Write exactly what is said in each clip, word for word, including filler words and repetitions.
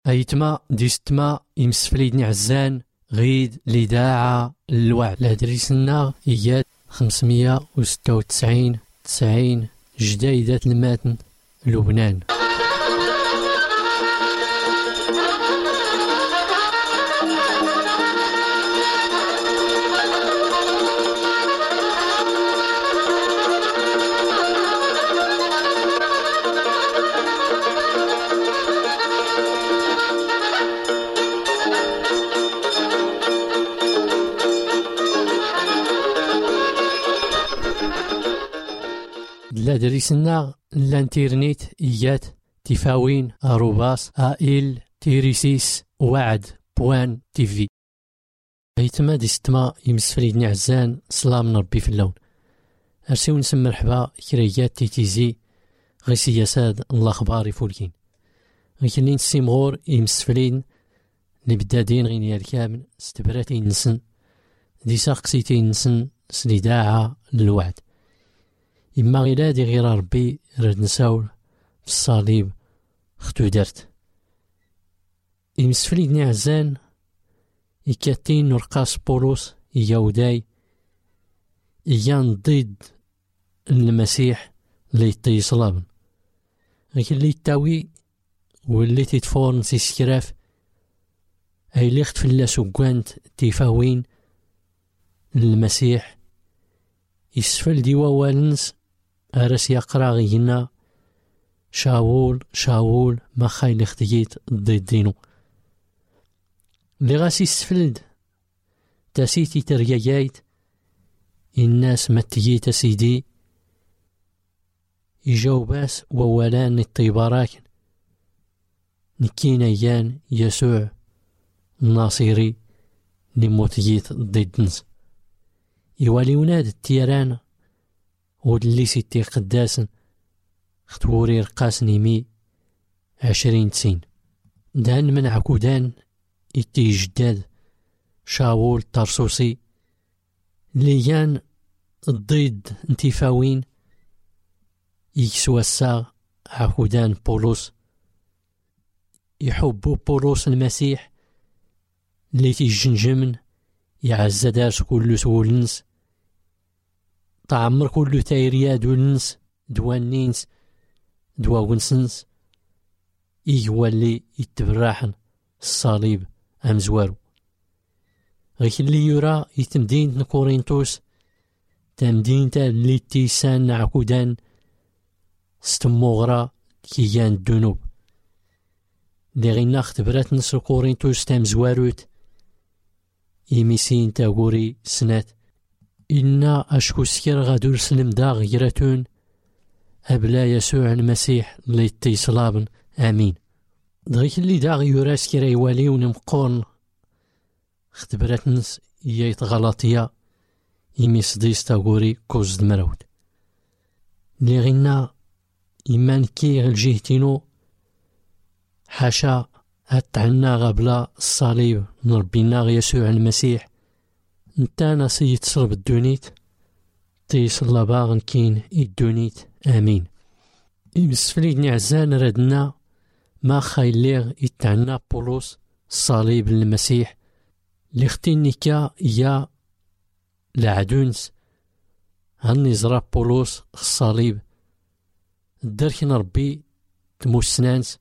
أيتما ديستما يمسفليدني عزان غيد لداعة الوعد لهدريسنا إياد خمسمية وستة وتسعين تسعين جديدة الماتن لبنان. لا دريسنا الانترنت إيات تفاوين أروباس آئل تيريسيس وعد بوان تيفي. أيتما ديستما يمسفريدني عزان سلام ربي في اللون أرسيو نسمى مرحبا كريات تيتيزي غي سياساد الأخبار يفولكين غيكلين السيمغور يمسفرين لبدادين غيني الكامل استبراتي نسن دي ساقسيتي نسن سليداعة للوعد إما غيلادي غير ربي رد نساول في الصليب ختو درت يمسفليدني عزان يكاتين نرقاس بولوس ياوداي يان ضد المسيح اللي يطي صلابن غير اللي يتاوي واللي تتفورن سي سكراف اي اللي خت فلاس وكوانت تيفاوين المسيح يسفل ديوا والنس أرس يقرا غينا شاول شاول ما خايل اختيت ضد دينو اللي غاسي يسفلد تاسيتي تريايت الناس متيت سيدي يجاوباس وولان الطيباراكن نكين ايان يسوع الناصري لموتيت ضد نس يوالي وناد التيران ودلي سيتي قداسن ختوري رقاس نيمي عشرين تسين دان من عكودان إتي جداد شاول طرسوسي ليان الضيد انتفاوين يكسوا الساغ عكودان بولوس يحبوا بولوس المسيح اللي تيجنجمن يعز دارس كل سولنس تعمر كل تايريا دولنس دوانينس دواونسنس يوالي يتبراحن الصليب أمزوارو غيك اللي يرى يتمدين نكورينتوس تمدين تا اللي تيسان عكودان ستموغرا كيان الدنوب اللي غينا اختبرات نصر كورينتوس تامزواروت يميسين تاغوري سنات إنا أشكو سكر غادور سلم دا غيراتون أبلا يسوع المسيح اللي تيصلابن آمين. دغيك اللي دا غيورا سكر يوالي ونمقورن اختبرات نس يايت غلطية يميس ديس تاغوري كوز دمراود اللي غينا إيمان كي غالجيهتينو حاشا هتعنا غابلا الصليب نربينا يسوع المسيح نتانا سيد صرب الدونيت تيصل باغن كين الدونيت آمين. يمسفليدني عزان ردنا ما خايليغ يتعنا بولوس الصليب المسيح لختينيكا يا لعدونس هني زرا بولوس الصليب الدرك نربي تموسنانس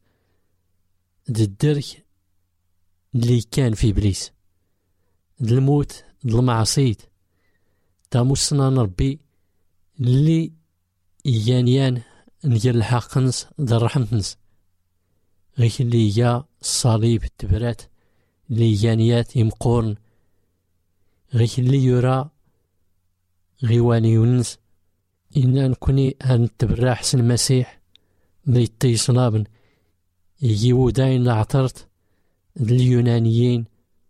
الدرك اللي كان في بليس الموت المعصيت تاموسنا نربي اللي يانيان نجر الحقنس در رحمتنس غير اللي يا الصليب التبرات اللي يانيات يمقورن غير اللي يرى غيواني يونس إنا نكوني هان تبرا حسن المسيح اللي يطيصنابن يجيبو داين لعطرت اليونانيين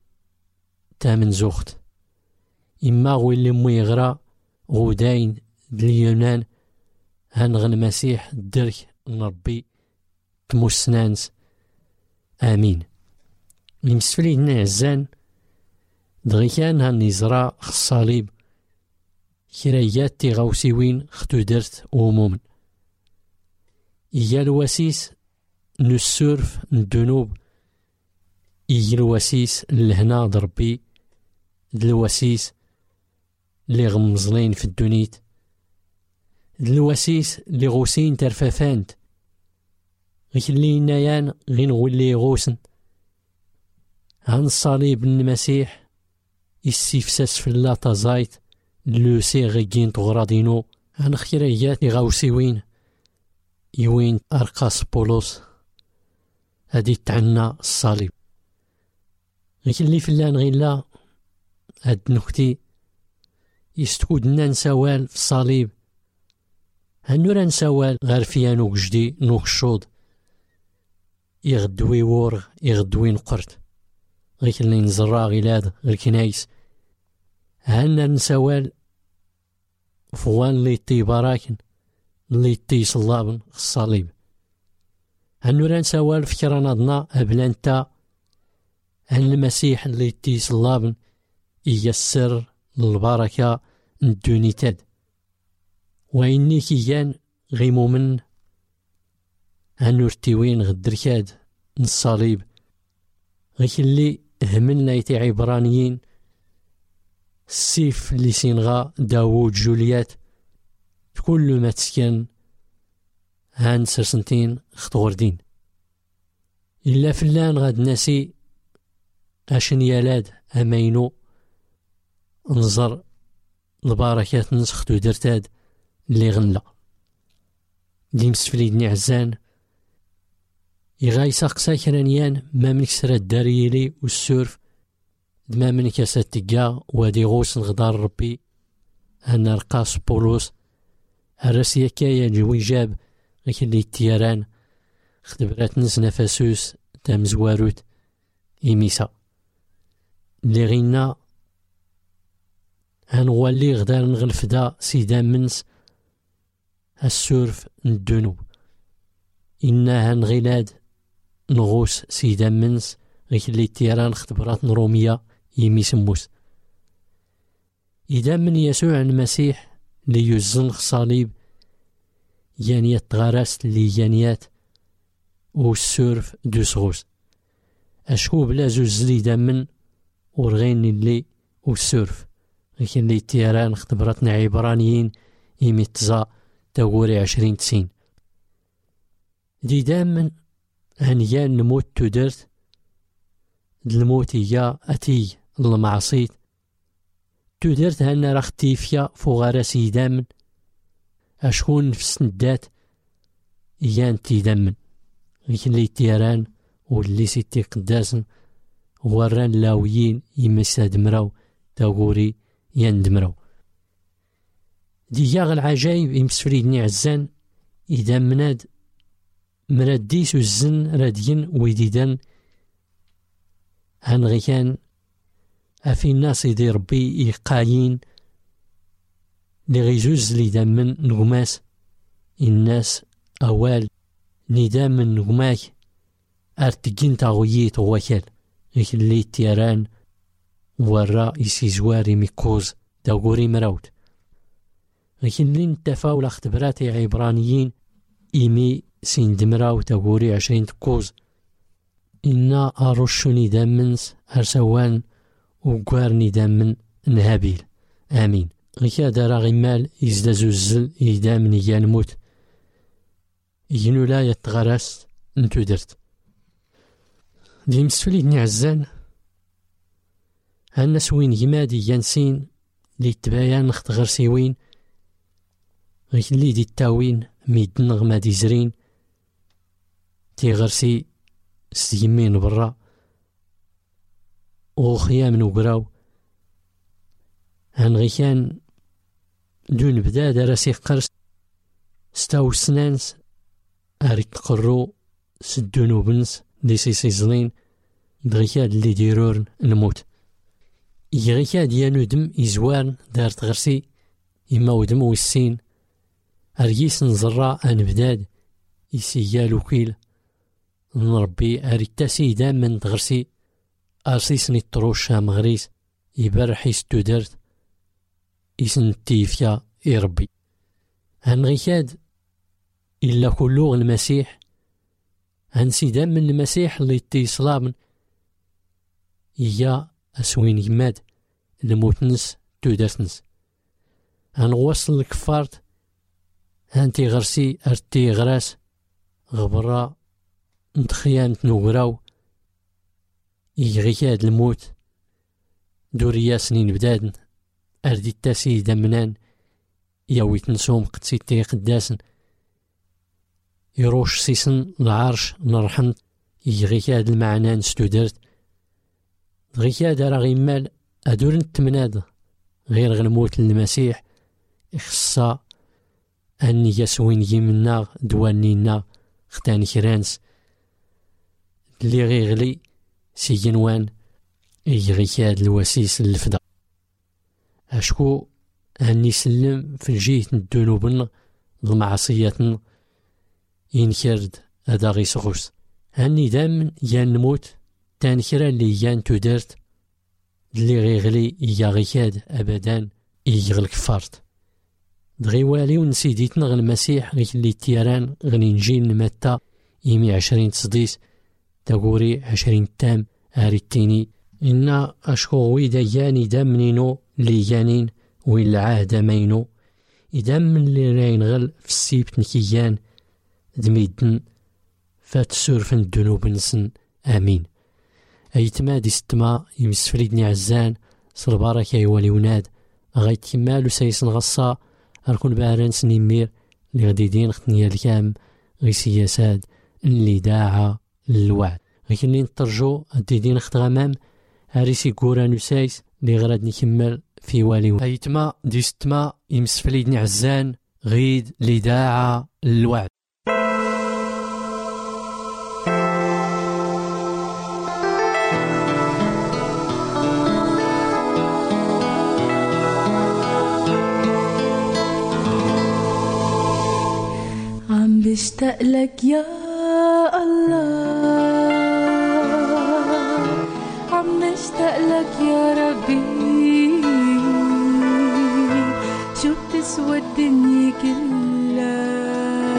تامن زوخت إما غو اللي مو يغرى غوداين اليونان هنغن مسيح الدرك نربي تموسنانس آمين. يمسفلي نعزان دغي كان هنزرا الصليب كرايات تيغاوسيوين ختو درت ومومن إيا الواسيس نسورف الذنوب يجي الوسيس لهنا ضربي الوسيس اللي غمزلين في الدنيت، الوسيس اللي غوسين ترفافانت غيخلي نايان غي نولي غوسن عن الصليب المسيح يسيفساس في اللاطا زايت لوسي غيجين تغرادينو عن خيريات غاوسيوين يوين أرقاس بولوس هادي تعنا الصليب غيخلي فلان غيلا هاد نكتي يستكودنا نسوال في الصليب هنورا نسوال غير فيا نوك جدي نوك الشوض يغدوي وورغ يغدوي نقرت غيخلي نزرع غيلاد غير كنايس هانا نسوال فوان لي تي براكن لي تي صلابن الصليب هنورا نسوال فكرة نضنا أبلانتا هن المسيح اللي تي صلابن ييسر للبركة ندوني تاد وإني كيان غيمو من هنورتيوين غدركاد الصليب غيخلي همن لايتي عبرانيين السيف اللي سينغا داوود جوليات كل ما تسكن هان سرسنتين خطوردين إلا فلان غاد ناسي أشن يالاد أمينو نظر البركات نسختو درتاد اللي غنلا اللي مسفليدني عزان يغاي ساقسا كرانيان ما منك سرا الداريلي والسورف ما منك يساتيقا وادي غوس نغدار ربي أنا رقاص بولوس الرسية كايا جوي جاب غيك اللي التيران خدبرات نس نفاسوس تامزواروت إميسا اللي غينا هنولي غدار نغلفدا سيدا منس السورف ندونو إنا هنغيلاد نغوس سيدا منس غيك اللي التيران خدبرات نروميا يميسموس إذا من يسوع المسيح اللي يزن صليب يانيات غراس اللي يانيات والسورف دوسغوس أشكو بلا زوز لي دامن ورغين اللي والسورف لكن اللي تيران اختبرتنا عبرانيين يميتزا تاوري عشرين تسين دي دامن هنيان نموت تدرت الموت هي أتي المعصيت تدرت هنا رختيفيا فوغارا سيدامن أشكون نفس ندات يان تيدامن لكن اللي تيران واللي سيتي قداسن وران لاويين يمسا دمراو تاغوري يان دمراو دياغ العجايب يمسفريدني عزان إذا مناد مراديس الزن رادين ويديدان هن غيكان أفي الناس يدي ربي يقايين لغيزوز لي دامن نغماس الناس أوال ندام من نغماك أرتقين تاغويت ووكال لكن اللي تيران ورا يسي زواري ميكوز تاغوري مراوت لكن اللي نتفاول اختبراتي عبرانيين إيمي سين دمراو تاغوري عشرين تكوز إنا أرشو ندامنس أرسوان وقوار ندامن نهابيل آمين غيكا دارا غيمال يزدازو الزل يدامن يانموت ينو لا يتغرس نتو درت دي مسفلي نعزان هانا سوين يمادي ينسين لي تبايان نخت غرسيوين غيك اللي دي التاوين ميدن غمادي زرين تي غرسي ستيمين برا وخيام نوقراو هان غيكان دون بدا دراسي قرس ستاو سنانس أريك قرو سدونو بنس دي سيسيزلين دغيكاد اللي ديرورن نموت يغيكاد يانو دم يزوارن دارت غرسي إما ودم ويسين أريس نزرع أنبداد يسيال وكيل نربي أريتاسي دام من تغرسي أرسيس نتروشا مغريس يبرحيس تودرت يسن تيفيا يربي هنغيكاد إلا كلو المسيح هنسي دام من المسيح اللي تيصلابن هي أسوين يماد الموتنس تودرتنس هنغوصل الكفارت هانتي غرسي أرتي غراس غبرا نتخيان تنوغراو يغيكاد الموت دوريا سنين بدادن أردي التاسي دمنان ياويت نسوم قدسيتي قداسن يروش سيسن العرش نرحمت يغيكاد المعنى نستودرت غيكاد راه غيمال أدور نتمناد غير غنموت المسيح إخصا أني يسوين يمنا دوانينا ختان كرانس اللي غيغلي سيجنوان يغيكاد الوسيس الفدا أشكو أني سلم في الجهة الذنوبنا المعصياتنا ينكرد هذا غي سغوس هاني دام يان نموت تان كرا اللي يان تودرت اللي غيغلي يغيكاد أبدا يغل كفارت دغي والي ونسيديتنا غن المسيح غي اللي تيران غني نجي نمتا يمي عشرين تصديس تقوري عشرين تام هاري التيني إنا أشكو ويدا ياني دامنينو اللي يانين وين العهد مينو إدام اللي راين غل في السيبت نكيان دميدن فات سورفن الذنوب نسن آمين أيتما دي ستما يمسفريدني عزان صربارك يوالي وناد غايت كمالو سيسن غصا أركون باران سنيمير اللي غدي دين ختنيا الكام غي سياساد اللي داعا للوعد غيكني نترجو هدي دين خت غمام هاريسي كورانو سايس اللي غراد نكمل في والي وناد أيتما دي ستما يمسفريدني عزان غيد اللي داعا للوعد بشتاق لك يا الله عم بشتاق لك يا ربي شو بتسوى الدنيا كلها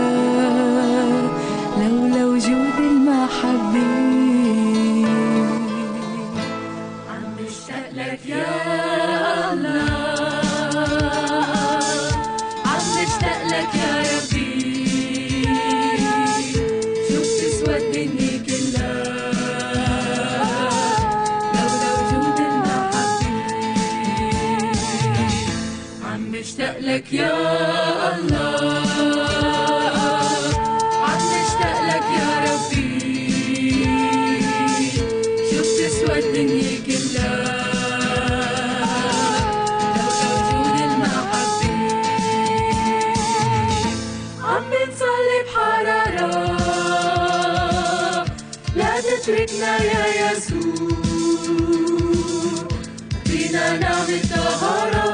لولا وجود المحبة عم بشتاق لك يا الله عم بشتاق لك يا ربي مشتاق لك يا الله عم مشتاق لك يا ربي شو بتسوى الدنيا كلها لولا وجود المحبة عم بنصلي بحرارة لا تتركنا يا يسوع فينا نعمة طهارة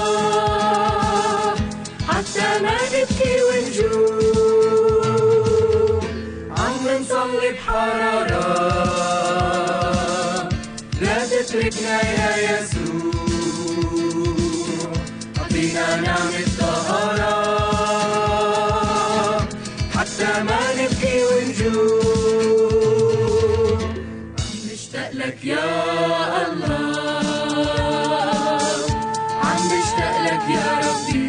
حتى ما نبكي ونجوع عم نصلي بحرارة لا تتركنا يا يسوع أعطينا نعمة طهارة حتى ما نبكي ونجوع عم نشتاق لك يا الله عم نشتاق لك يا ربي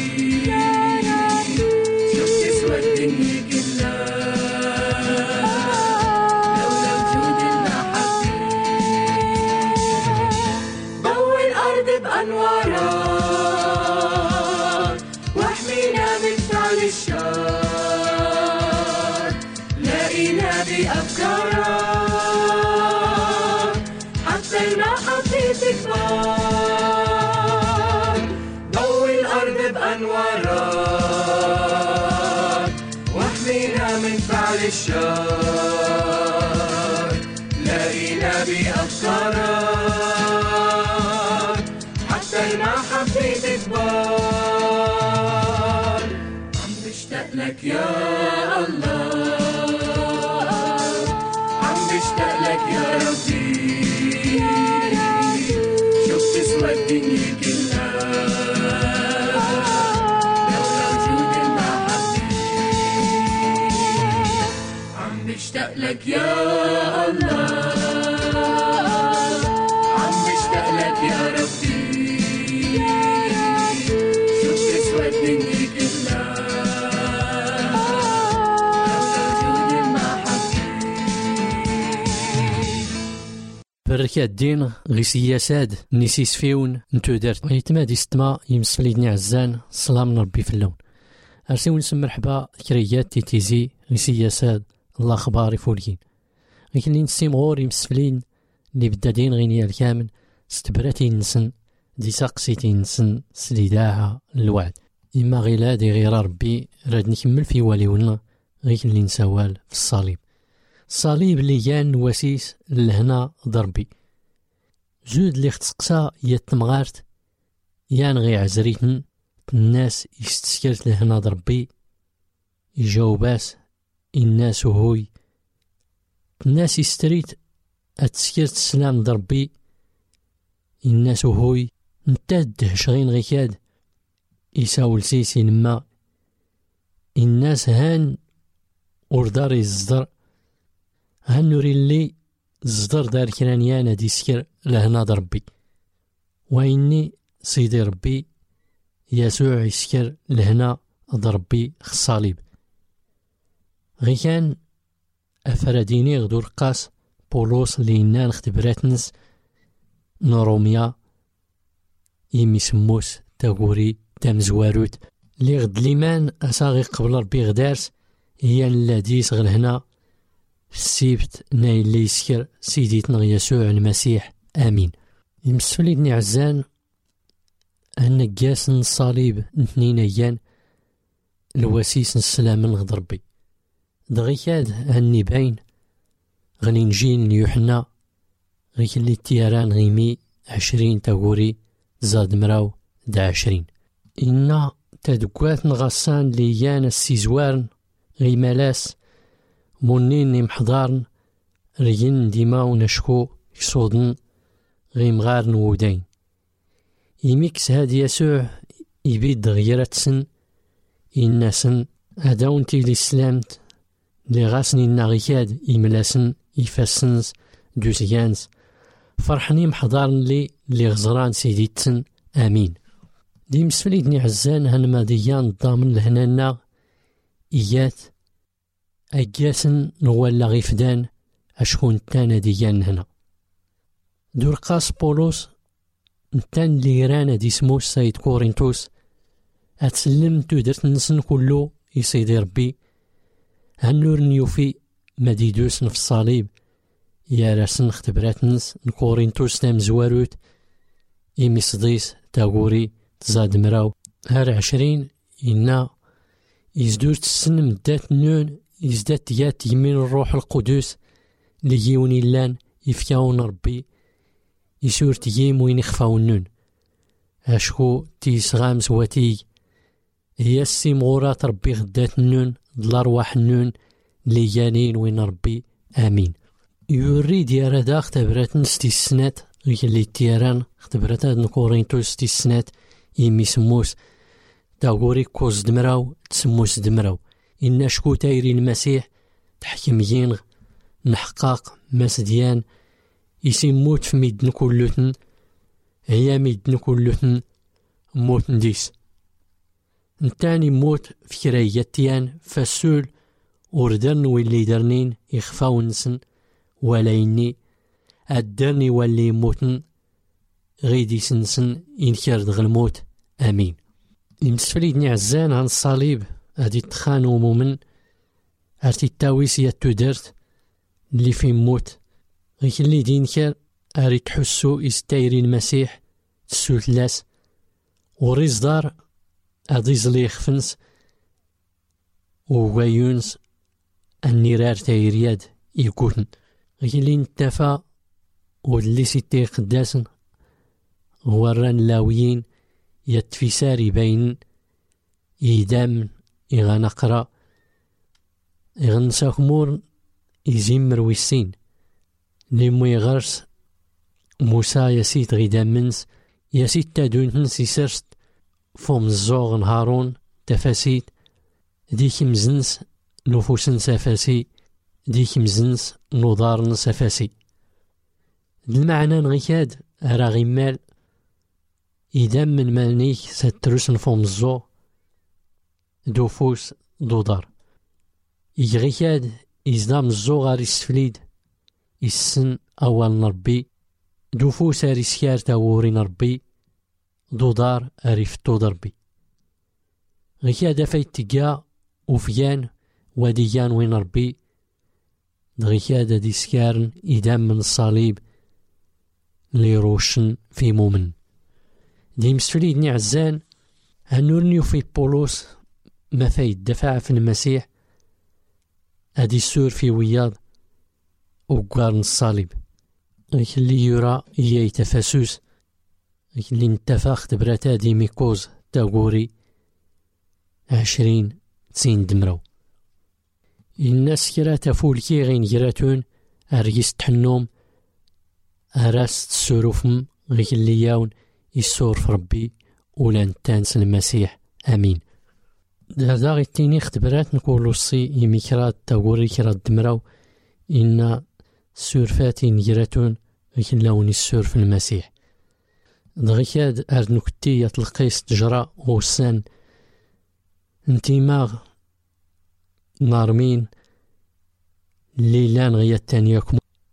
الدنيا كلها لولا وجود المحبة ضوي الأرض بأنوارها واحمينا من فعل الشر لاقينا بأفكارها حتى المحبة تكبر ضوي الأرض بأنوارها من فعل الشر لاقينا بأفكارها حتى المحبة تكبر عم بشتاق لك يا الله عم بشتاق لك يا ربي شو بتسوى الدنيا كلها مشتاق لك يا الله بركة الدين غي سياساد نيسيس فيون نتو درت ويتمادي ستما يمس ليدني عزان سلام ربي في اللون أرسي ونسم مرحبا كريات تيتيزي غي سياساد الله خباري فولكين غي كلين سيم غور يمسفلين اللي بدادين غينيا الكامل ستبراتي نسن دي ساقسيتي نسن سليداها الوعد إما غيلا دي غير ربي راد نكمل في واليونا غي كلين سوال في الصليب الصليب اللي كان وسيس لهنا ضربي جود اللي اختسقسا يتمغارت يان غي عزريتن الناس يستسكرت لهنا ضربي يجاوباس الناس وهوي الناس يستريت اتسكرت السلام ضربي الناس وهوي نتاد دهشغين غي كاد يساول سيسي نما الناس هان وردار يزدر هان نوري اللي زدر دار كرانيانا دي سكر لهنا ضربي وإني سيدي ربي يسوع يسكر لهنا ضربي خصاليب غي كان أفراديني غدور قاس بولوس لينا نختبراتنس نروميا يمي سموس تاغوري تامزواروت لي غد ليمان أساغي قبل ربي غدارس هي اللاديس غل هنا في السيبت ناي اللي يسكر سيديتنا يسوع المسيح آمين. يمسفليدني عزان أن قاس الصليب نتنين أيان الوسيس السلام الغد ربي دغي كاد هني باين غني نجين يوحنا غي كلي التيران غيمي عشرين تاغوري زاد مراو دا عشرين إنا تدقوات نغسان ليان السيزوارن غي مالاس مونين محضارن ريين ديما ونشكو يصودن غي مغارن وودين يميكس هاد يسوع يبيد غيرتسن إناسن هداون تيلي سلامت لي غاسني الناغيكاد يملاسن يفاسنس دوسيانس فرحني محضارن لي لي غزران سيديتسن آمين. دي مسفليدني عزان هنماديان الضامن لهنانا إيات أجاسن نوالا غيفدان أشكون تانا ديان هنا دورقاس بولوس نتان ليرانا دي سموس سيد كورنتوس أتسلم تودرت نسن كله يسيدي ربي هنور نيوفي مديدوس نف الصليب يا راسن اختبرات نس نكورنتوس تام زواروت إيمي صديس تاغوري تزاد مراو هار عشرين إنا يزدور تسن مدات نون يزداد تيات يمين الروح القدس ليوني اللان يفكاون ربي يسور تيم وين يخفاون نون أشكو تيسغام سواتي هي السيمغورات ربي غدات نون الأرواح نون ليانين وين ربي آمين. يريد يا ردا اختبرات نستي السنات اللي تيران اختبرات هاد نكورينتو ستي السنات يمي سموس تاغوري كوز دمراو تسموس دمراو إن شكو تايري المسيح تحكميين نحقاق مسديان يسموت في ميدن كلوتن هي ميدن كلوتن موت نديس نتاني موت في كراياتيان فاسول وردرن واللي درنين يخفاو نسن ولا إني أدرني واللي يموتن غيدي سنسن إنكار دغ الموت آمين. يمسفليدني عزان عن الصليب هادي تخانو مومن هارتي التاويس ياتو درت اللي في موت غي كلي دينكار هاري تحسو يستايري المسيح تسو ثلاث وريز دار هادي زلي يخفنس وغايونس النيرار تايرياد يكوتن غي كلي نتافا واللي سيتي قداسن هو الران لاويين يتفساري بين يدام يغنقرا يغنسا خمور يزمر ويسين لمو يغرس موسى يسيت غيدام منس يسيت تادونتنس يسرست فوم الزوغ هارون تفاسيت ديك مزنس نفوسن سفاسي ديك مزنس نضارن سفاسي المعنى نغيكاد راه غيمال إذا من مانيك سترسن فوم الزو دوفوس دودار يغيكاد إزدام الزو غار يسفليد يسن أول نربي دوفو ساري سكار تاورين ربي دو دار أريفتو دربي غيكا دافايت تيجا وفيان وديان وين ربي غيكا دا دي سكارن إدام من الصليب لي روشن في مومن دي مسفليدني عزان هنورنيو في بولوس ما فايد دفاع في المسيح هادي السور في وياض وقارن الصليب غيك اللي يرى هي تفاسوس غيك اللي نتفاخ تبراتا دي ميكوز تاغوري عشرين تسين دمرو الناس كرا تفولكي غين جراتون أريس تحنوم أراس تسوروفم غيك اللي ياون يسور في ربي ولان تانس المسيح أمين. هذا غيتيني اختبارات نقولو الصي يميكرات تاغوري كرات دمرو إن سورفاتي نجراتون غيك اللون السور في المسيح دغيكاد أرد نكتي يطلقيس تجرى وسان انتماغ نارمين ليلان غيا تانياكم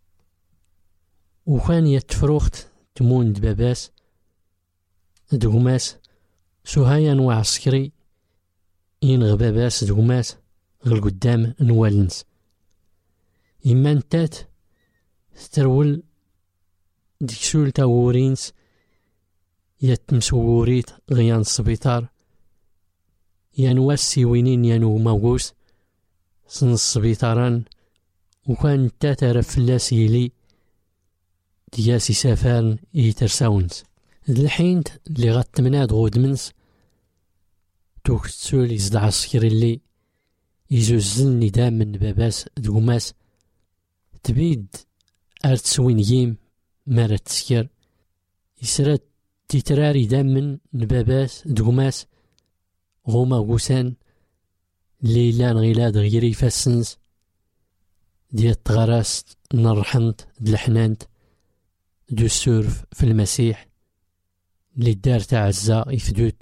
وكان يتفروخت تمون دباباس دغماس سوهايا نوع عسكري ينغ باباس دغماس غل قدام نوالنس إما نتات ترول ديكسول تاورينس يتمسوريت غيان السبيطار ينواس سيوينين ينو موغوس سن السبيطاران وكان تاتر فلاس يلي دياسي سافارن يترساونس الحين اللي غاتمناد غود منس توكتسول يزد عسكري اللي يزوزن ندام من باباس دغماس تبيد أرتسوين ييم مارا تسكر يسرد تيتراري دام من نباباس دغماس غوما غوسان ليلان غيلاد غيري فاسنس ديال تغراس نرحنت دلحنانت دو سورف في المسيح اللي دار تاع عزا يفدوت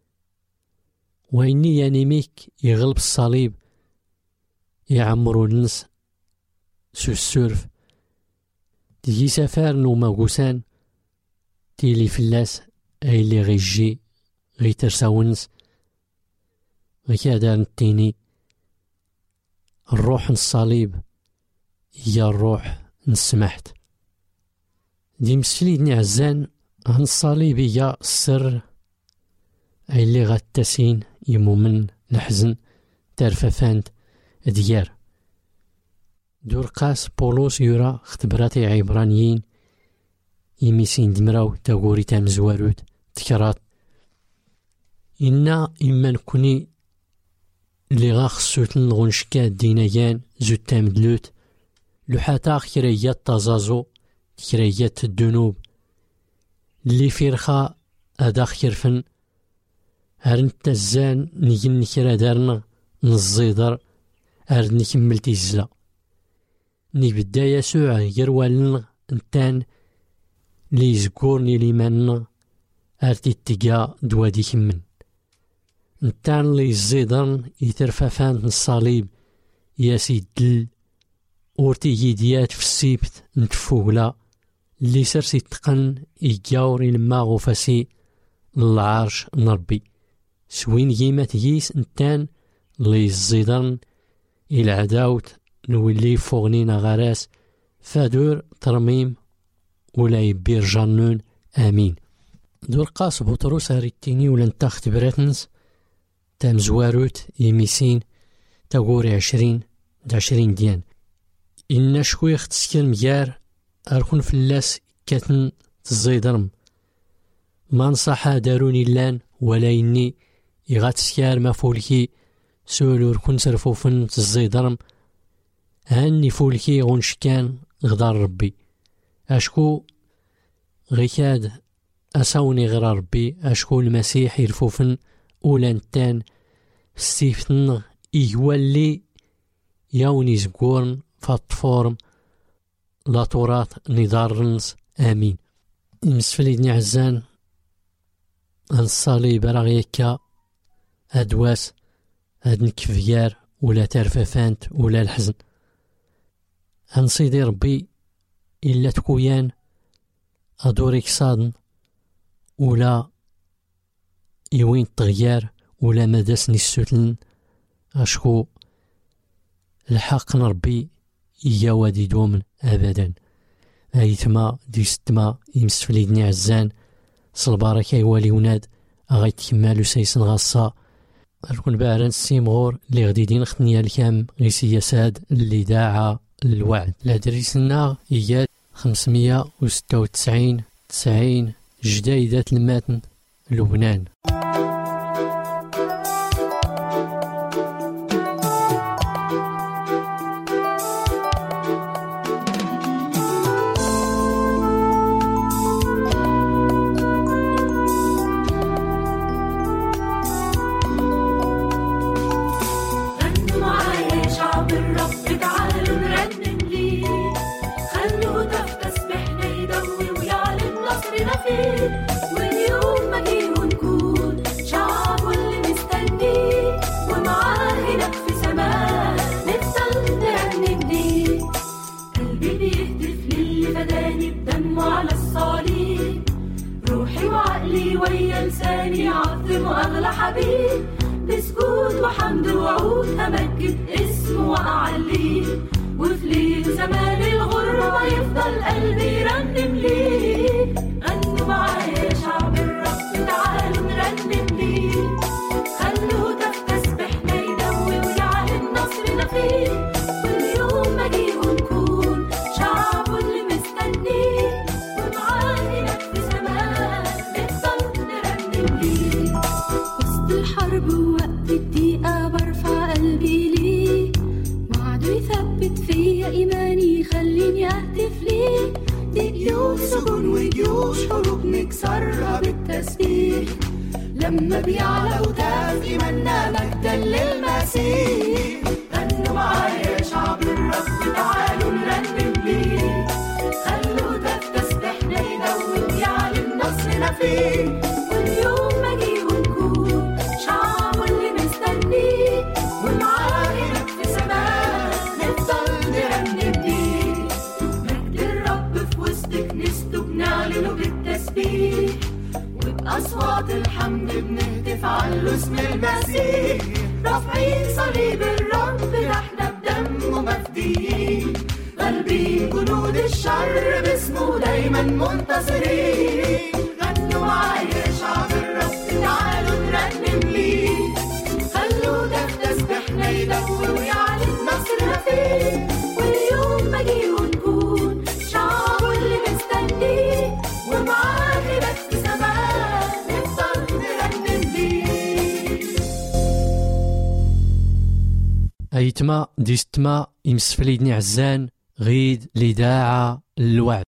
وإني يعني ميك يغلب الصليب يعمرو النس سو السورف تيجي سفار نوما غوسان تيلي فلاس اي اللي غيجي غيترساونس غيكادار نتيني الروح الصليب هي الروح نسمحت دي مسفليدني عزان عن الصليب هي السر اي اللي غاتسين يمومن الحزن ترففانت ديار دورقاس بولوس يورا اختباراتي عبرانيين يميسين دمراو تاغوري تام زواروت تكرات إنا إما نكوني اللي غاخصوتن غنشكا دينايان زو تام دلوت لحاتا كريات تازازو كريات الدنوب اللي فيرخا هدا خيرفن هرنت الزان نيجن كرا دارنا نزيدر هرد نكمل تيزلا ني بدا يسوع يروالن انتان لي يزكورني لي مانا هرتي تيجا دوادي كمن انتان لي يزيدرن يترفافان الصليب ياسي دل اورتي يديات في السيبت نتفوغلا اللي سرسي تقن يجاوري لما غوفاسي العرش نربي سوين ييمات ييس انتان لي يزيدرن الى عداوت نولي فوغنينا غراس فادور ترميم ولا يبير جانون امين دور قاس بطروس هاريتيني ولا نتا اختباراتنس تام زواروت يميسين تاغوري عشرين دا عشرين ديان إنا شكوي اختسكر ميار أركون فلاس كاتن تزيدرم ما نصحا داروني اللان ولا إني يغاتسكار ما فولكي سولو ركون سرفوفن تزيدرم هاني فولكي غنشكان غدار ربي أشكو غيكاد أساوني غير ربي أشكو المسيح يرفوفن أولانتان ستيفتن إيوالي ياوني زقورن فاتفورم لا تورات نضارنس آمين مسفليدني عزان عن الصليب راغيكا أدواس هاد نكفيار ولا ترففانت ولا الحزن عن صيدي ربي إلا تكويان أدوريك صادن ولا يوين تغيار ولا مداسني السوتلن أشكو الحق نربي إيا وادي دومن أبدا. أيتما دي ستما يمس في ليدني عزان صلبارك أيوالي وناد أغايت كمالو سيسن غاصة أركون باران السيمغور اللي غدي دين خطنيا الكام غيسي يساد اللي داعا الوعد. لا دريسنا إياد خمسمية وستة وتسعين تسعين جدايدات الماتن لبنان. واليوم مجيء ونكون شعب اللي مستنيه ومعاه هناك في سماء نفضل نرنم ليه. قلبي بيهتف للي فداني بدمه على الصليب، روحي وعقلي ويا لساني عظموا أغلى حبيب، بسجود وحمد وعود همجد اسمه وأعليه، وفي ليل زمان الغربة يفضل قلبي يرنم ليه. غنوا معايا شعب الرب تعالوا نرنم ليه، خلوا هتاف تسبيحنا يدوي ويعلن نصرنا فيه. واليوم مجيء ونكون شعبه اللي مستنيه ومعاه هناك في سماء نفضل نرنم ليه. وسط الحرب ووقت الضيقة برفع قلبي ليه، وعده يثبت فيا إيماني يخليني أهتف ليه. دي قيود سجون وجيوش حروب نكسرها بالتسبيح، لما بيعلى وتاف إيماننا مجدا للمسيح. غنوا معايا يا شعب الرب تعالوا نرنم ليه، خلوا هتاف تسبيحنا يدوي ويعلن نصرنا فيه. واليوم مجيء ونكون شعبه اللي مستنيه ومعاه هناك في سماء نفضل نرنم ليه. مجد الرب في وسط كنيسته بنعلنه بالتسبيح، وبأصوات الحمد بنهتف على اسم المسيح. رافعين صليب الرب ده احنا بدمه مفديين، غالبين جنود الشر باسمه دايما منتصرين. غنوا معايا يا شعب الرب تعالوا نرنم ليه، خلوا هتاف تسبيحنا يدوي ويعلن نصرنا فيه. واليوم مجيء ونكون شعبه اللي مستنيه ومعاه هناك في سماء نفضل نرنم ليه. أيتما ديستما يمس في ليدني عزان غيد لداعة الوعد.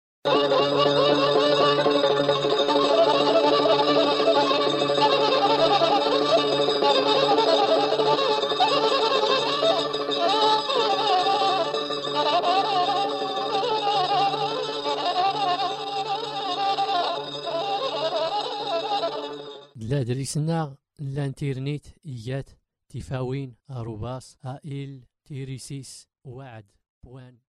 لا دريسنا الانترنت إيات تفاوين أروباس آئل تيريسيس وعد بوان